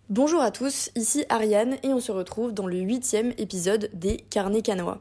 Bonjour à tous, ici Ariane et on se retrouve dans le 8e épisode des Carnets Canois.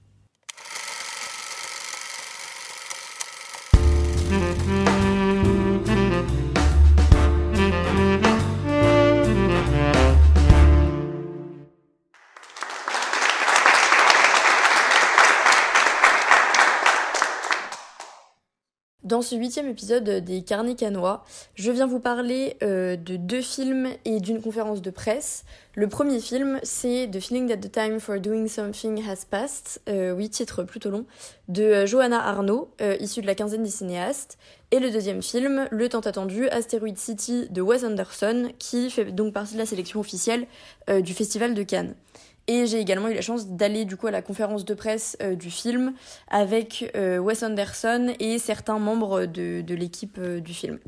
Dans ce 8e épisode des Carnets Canois, je viens vous parler de 2 films et d'une conférence de presse. Le premier film, c'est The Feeling That the Time for Doing Something Has Passed, oui, titre plutôt long, de Johanna Arnaud, issue de la quinzaine des cinéastes. Et le deuxième film, le tant attendu Asteroid City de Wes Anderson, qui fait donc partie de la sélection officielle du Festival de Cannes. Et j'ai également eu la chance d'aller du coup à la conférence de presse du film avec Wes Anderson et certains membres de l'équipe du film.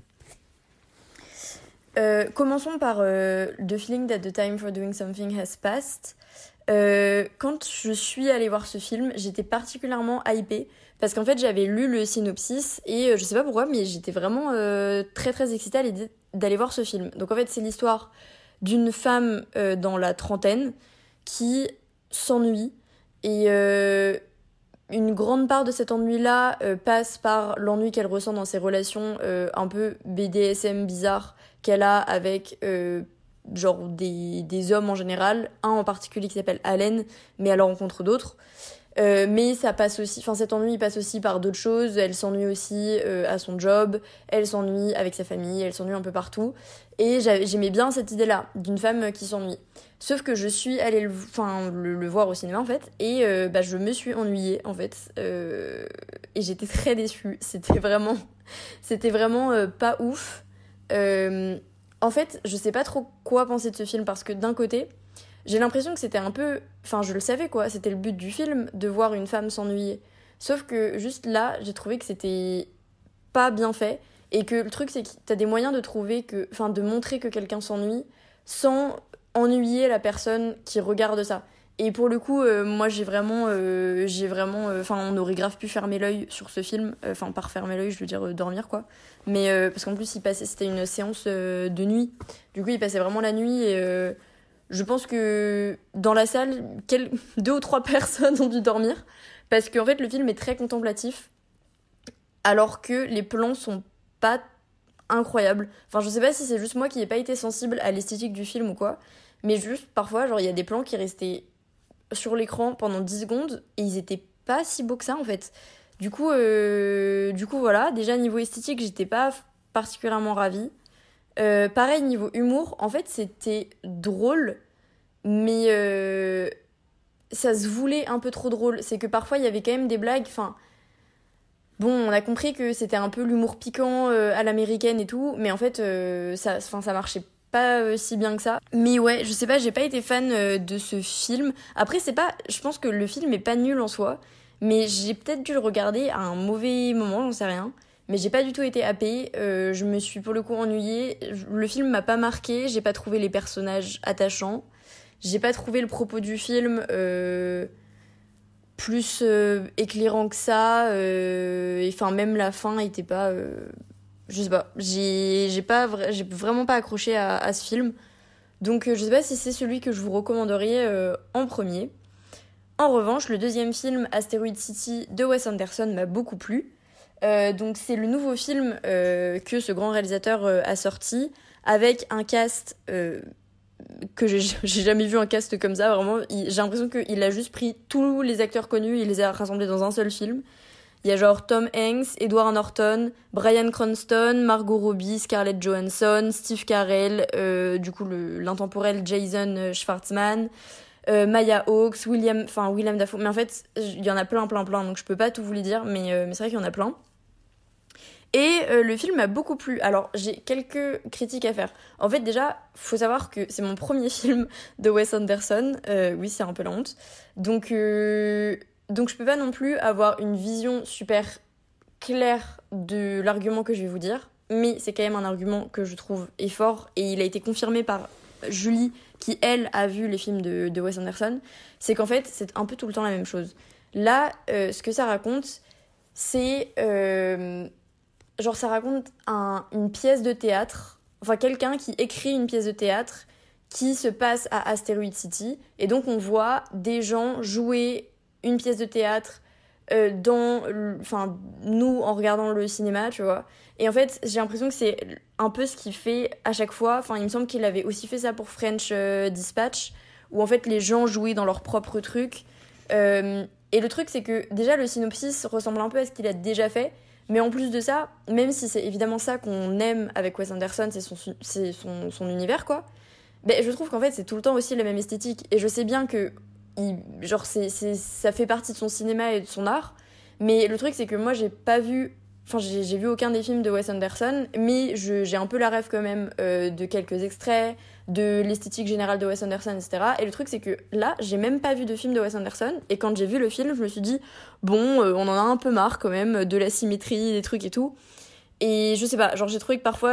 Commençons par The Feeling That the Time for Doing Something Has Passed. Quand je suis allée voir ce film, j'étais particulièrement hypée parce qu'en fait j'avais lu le synopsis et je sais pas pourquoi, mais j'étais vraiment très très excitée à l'idée d'aller voir ce film. Donc en fait c'est l'histoire d'une femme dans la trentaine qui s'ennuie et une grande part de cet ennui-là passe par l'ennui qu'elle ressent dans ses relations un peu BDSM bizarres qu'elle a avec genre des hommes en général, un en particulier qui s'appelle Allen, mais elle en rencontre d'autres. Mais ça passe aussi, enfin cet ennui il passe aussi par d'autres choses. Elle s'ennuie aussi à son job, elle s'ennuie avec sa famille, elle s'ennuie un peu partout. Et j'aimais bien cette idée-là d'une femme qui s'ennuie. Sauf que je suis allée le voir au cinéma en fait, et je me suis ennuyée en fait, et j'étais très déçue. C'était vraiment pas ouf. En fait, je sais pas trop quoi penser de ce film parce que d'un côté, j'ai l'impression que c'était un peu... Enfin, je le savais quoi, c'était le but du film, de voir une femme s'ennuyer. Sauf que juste là, j'ai trouvé que c'était pas bien fait. Et que le truc, c'est que t'as des moyens de trouver que... Enfin, de montrer que quelqu'un s'ennuie sans ennuyer la personne qui regarde ça. Et pour le coup, moi, on aurait grave pu fermer l'œil sur ce film. Enfin, par fermer l'œil, je veux dire dormir, quoi. Mais parce qu'en plus, c'était une séance de nuit. Du coup, il passait vraiment la nuit et... Je pense que dans la salle, 2 ou 3 personnes ont dû dormir. Parce qu'en fait, le film est très contemplatif. Alors que les plans sont pas incroyables. Enfin, je sais pas si c'est juste moi qui n'ai pas été sensible à l'esthétique du film ou quoi. Mais juste, parfois, genre, il y a des plans qui restaient sur l'écran pendant 10 secondes. Et ils étaient pas si beaux que ça, en fait. Du coup, voilà. Déjà, niveau esthétique, j'étais pas particulièrement ravie. Pareil, niveau humour, en fait, c'était drôle, mais ça se voulait un peu trop drôle. C'est que parfois, il y avait quand même des blagues. Enfin, bon, on a compris que c'était un peu l'humour piquant à l'américaine et tout, mais en fait, ça marchait pas si bien que ça. Mais ouais, je sais pas, j'ai pas été fan de ce film. Après, je pense que le film est pas nul en soi, mais j'ai peut-être dû le regarder à un mauvais moment, j'en sais rien. Mais j'ai pas du tout été happée, je me suis pour le coup ennuyée. Le film m'a pas marqué, j'ai pas trouvé les personnages attachants. J'ai pas trouvé le propos du film plus éclairant que ça. Enfin, même la fin était pas... je sais pas, j'ai vraiment pas accroché à ce film. Donc je sais pas si c'est celui que je vous recommanderais en premier. En revanche, le deuxième film, Asteroid City de Wes Anderson, m'a beaucoup plu. Donc c'est le nouveau film que ce grand réalisateur a sorti avec un cast que j'ai jamais vu un cast comme ça, vraiment. J'ai l'impression qu'il a juste pris tous les acteurs connus et les a rassemblés dans un seul film. Il y a genre Tom Hanks, Edward Norton, Bryan Cranston, Margot Robbie, Scarlett Johansson, Steve Carell, du coup l'intemporel Jason Schwartzman, Maya Hawke, William Dafoe. Mais en fait, il y en a plein, donc je peux pas tout vous les dire, mais c'est vrai qu'il y en a plein. Et le film m'a beaucoup plu. Alors, j'ai quelques critiques à faire. En fait, déjà, faut savoir que c'est mon premier film de Wes Anderson. Oui, c'est un peu la honte. Donc je peux pas non plus avoir une vision super claire de l'argument que je vais vous dire. Mais c'est quand même un argument que je trouve est fort. Et il a été confirmé par Julie, qui, elle, a vu les films de Wes Anderson. C'est qu'en fait, c'est un peu tout le temps la même chose. Là, ce que ça raconte, c'est... ça raconte une pièce de théâtre, enfin quelqu'un qui écrit une pièce de théâtre qui se passe à Asteroid City. Et donc on voit des gens jouer une pièce de théâtre nous en regardant le cinéma, tu vois. Et en fait, j'ai l'impression que c'est un peu ce qu'il fait à chaque fois. Enfin, il me semble qu'il avait aussi fait ça pour French Dispatch, où en fait les gens jouaient dans leur propre truc. Et le truc, c'est que déjà le synopsis ressemble un peu à ce qu'il a déjà fait. Mais en plus de ça, même si c'est évidemment ça qu'on aime avec Wes Anderson, c'est son univers, quoi. Ben, je trouve qu'en fait, c'est tout le temps aussi la même esthétique. Et je sais bien que ça fait partie de son cinéma et de son art. Mais le truc, c'est que moi, j'ai pas vu. Enfin, j'ai vu aucun des films de Wes Anderson, mais j'ai un peu la rêve quand même de quelques extraits, de l'esthétique générale de Wes Anderson, etc. Et le truc, c'est que là, j'ai même pas vu de film de Wes Anderson. Et quand j'ai vu le film, je me suis dit, bon, on en a un peu marre quand même de la symétrie, des trucs et tout. Et je sais pas, genre, j'ai trouvé que parfois.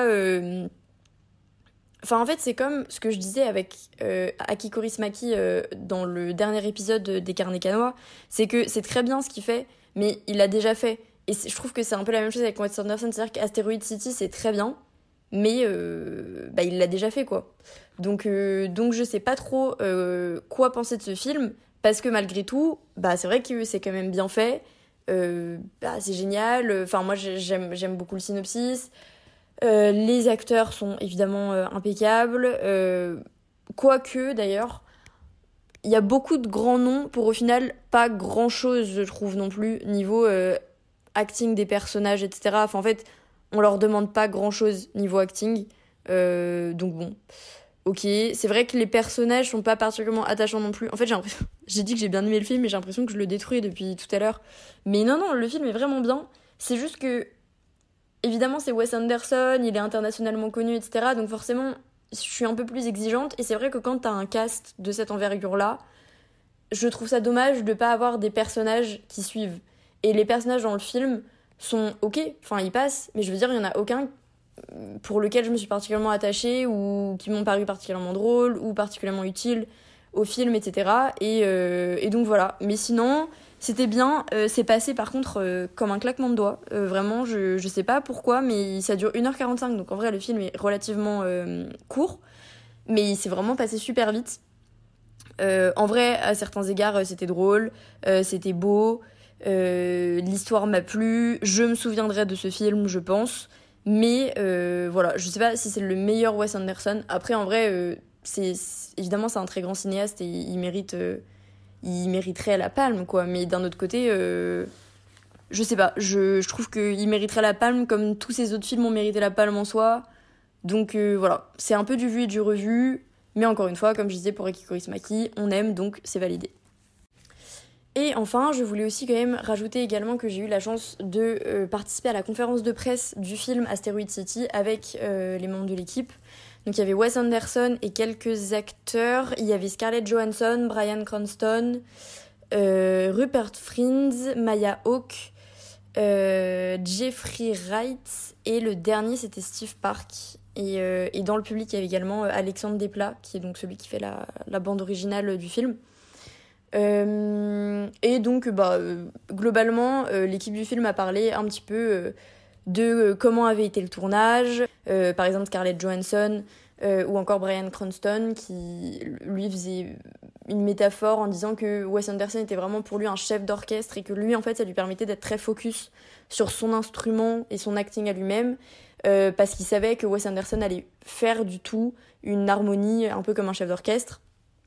Enfin, en fait, c'est comme ce que je disais avec Aki Kaurismäki dans le dernier épisode des Carnets Canois. C'est que c'est très bien ce qu'il fait, mais il l'a déjà fait. Et je trouve que c'est un peu la même chose avec Wes Anderson. C'est-à-dire qu'Asteroid City, c'est très bien, mais il l'a déjà fait, quoi. Donc je sais pas trop quoi penser de ce film, parce que malgré tout, c'est vrai que c'est quand même bien fait. C'est génial. Enfin, moi, j'aime beaucoup le synopsis. Les acteurs sont évidemment impeccables. Quoique, d'ailleurs, il y a beaucoup de grands noms pour au final pas grand-chose, je trouve non plus, niveau acting des personnages, etc. Enfin, en fait, on leur demande pas grand-chose niveau acting. Donc bon, ok. C'est vrai que les personnages sont pas particulièrement attachants non plus. En fait, j'ai dit que j'ai bien aimé le film, mais j'ai l'impression que je le détruis depuis tout à l'heure. Mais non, le film est vraiment bien. C'est juste que évidemment, c'est Wes Anderson, il est internationalement connu, etc. Donc forcément, je suis un peu plus exigeante. Et c'est vrai que quand t'as un cast de cette envergure-là, je trouve ça dommage de pas avoir des personnages qui suivent. Et les personnages dans le film sont ok, enfin ils passent, mais je veux dire, il y en a aucun pour lequel je me suis particulièrement attachée ou qui m'ont paru particulièrement drôles ou particulièrement utiles au film, etc. Et donc voilà. Mais sinon, c'était bien. C'est passé par contre comme un claquement de doigts. Vraiment, je sais pas pourquoi, mais ça dure 1h45. Donc en vrai, le film est relativement court. Mais il s'est vraiment passé super vite. En vrai, à certains égards, c'était drôle. C'était beau. L'histoire m'a plu. Je me souviendrai de ce film, je pense. Mais voilà, je sais pas si c'est le meilleur Wes Anderson. Après, en vrai, évidemment, c'est un très grand cinéaste et il mériterait la palme, quoi. Mais d'un autre côté, je sais pas, je trouve qu'il mériterait la palme comme tous ces autres films ont mérité la palme en soi. Donc voilà, c'est un peu du vu et du revu. Mais encore une fois, comme je disais pour Aki Kaurismäki, on aime, donc c'est validé. Et enfin, je voulais aussi quand même rajouter également que j'ai eu la chance de participer à la conférence de presse du film Asteroid City avec les membres de l'équipe. Donc il y avait Wes Anderson et quelques acteurs. Il y avait Scarlett Johansson, Bryan Cranston, Rupert Friends, Maya Hawke, Jeffrey Wright et le dernier c'était Steve Park. Et dans le public il y avait également Alexandre Desplat qui est donc celui qui fait la bande originale du film. Et donc globalement l'équipe du film a parlé un petit peu de comment avait été le tournage, par exemple Scarlett Johansson ou encore Bryan Cranston qui lui faisait une métaphore en disant que Wes Anderson était vraiment pour lui un chef d'orchestre et que lui en fait ça lui permettait d'être très focus sur son instrument et son acting à lui-même parce qu'il savait que Wes Anderson allait faire du tout une harmonie un peu comme un chef d'orchestre.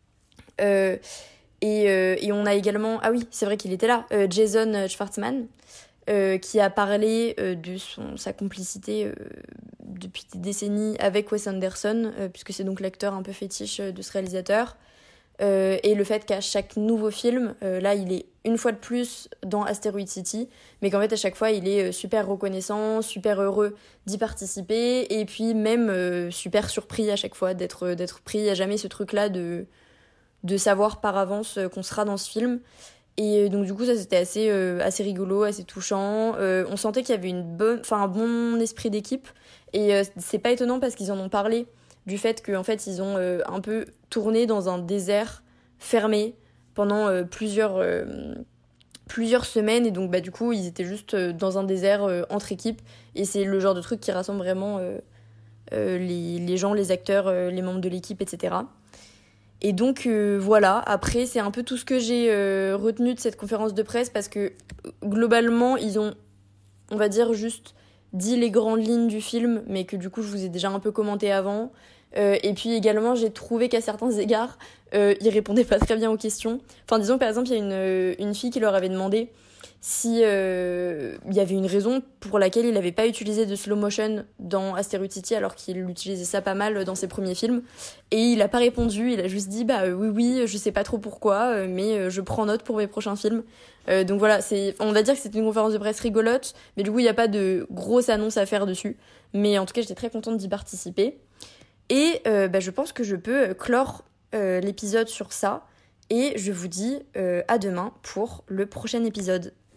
Et on a également, ah oui, c'est vrai qu'il était là, Jason Schwartzman, qui a parlé de sa complicité depuis des décennies avec Wes Anderson, puisque c'est donc l'acteur un peu fétiche de ce réalisateur. Et le fait qu'à chaque nouveau film, là il est une fois de plus dans Asteroid City, mais qu'en fait à chaque fois il est super reconnaissant, super heureux d'y participer, et puis même super surpris à chaque fois d'être pris. Il n'y a jamais ce truc-là de savoir par avance qu'on sera dans ce film. Et donc du coup ça c'était assez rigolo, assez touchant. On sentait qu'il y avait un bon esprit d'équipe. Et c'est pas étonnant parce qu'ils en ont parlé du fait qu'en fait ils ont un peu tourné dans un désert fermé pendant plusieurs semaines. Et donc du coup ils étaient juste dans un désert entre équipes. Et c'est le genre de truc qui rassemble vraiment les gens, les acteurs, les membres de l'équipe, etc. Et donc voilà, après c'est un peu tout ce que j'ai retenu de cette conférence de presse parce que globalement ils ont, on va dire, juste dit les grandes lignes du film, mais que du coup je vous ai déjà un peu commenté avant. Et puis également j'ai trouvé qu'à certains égards ils répondaient pas très bien aux questions. Enfin disons par exemple il y a une fille qui leur avait demandé si il y avait une raison pour laquelle il n'avait pas utilisé de slow motion dans Asteroid City alors qu'il utilisait ça pas mal dans ses premiers films. Et il a pas répondu, il a juste dit oui, je sais pas trop pourquoi, mais je prends note pour mes prochains films. Donc voilà, on va dire que c'était une conférence de presse rigolote, mais du coup il n'y a pas de grosse annonce à faire dessus. Mais en tout cas j'étais très contente d'y participer. Et je pense que je peux clore l'épisode sur ça. Et je vous dis à demain pour le prochain épisode.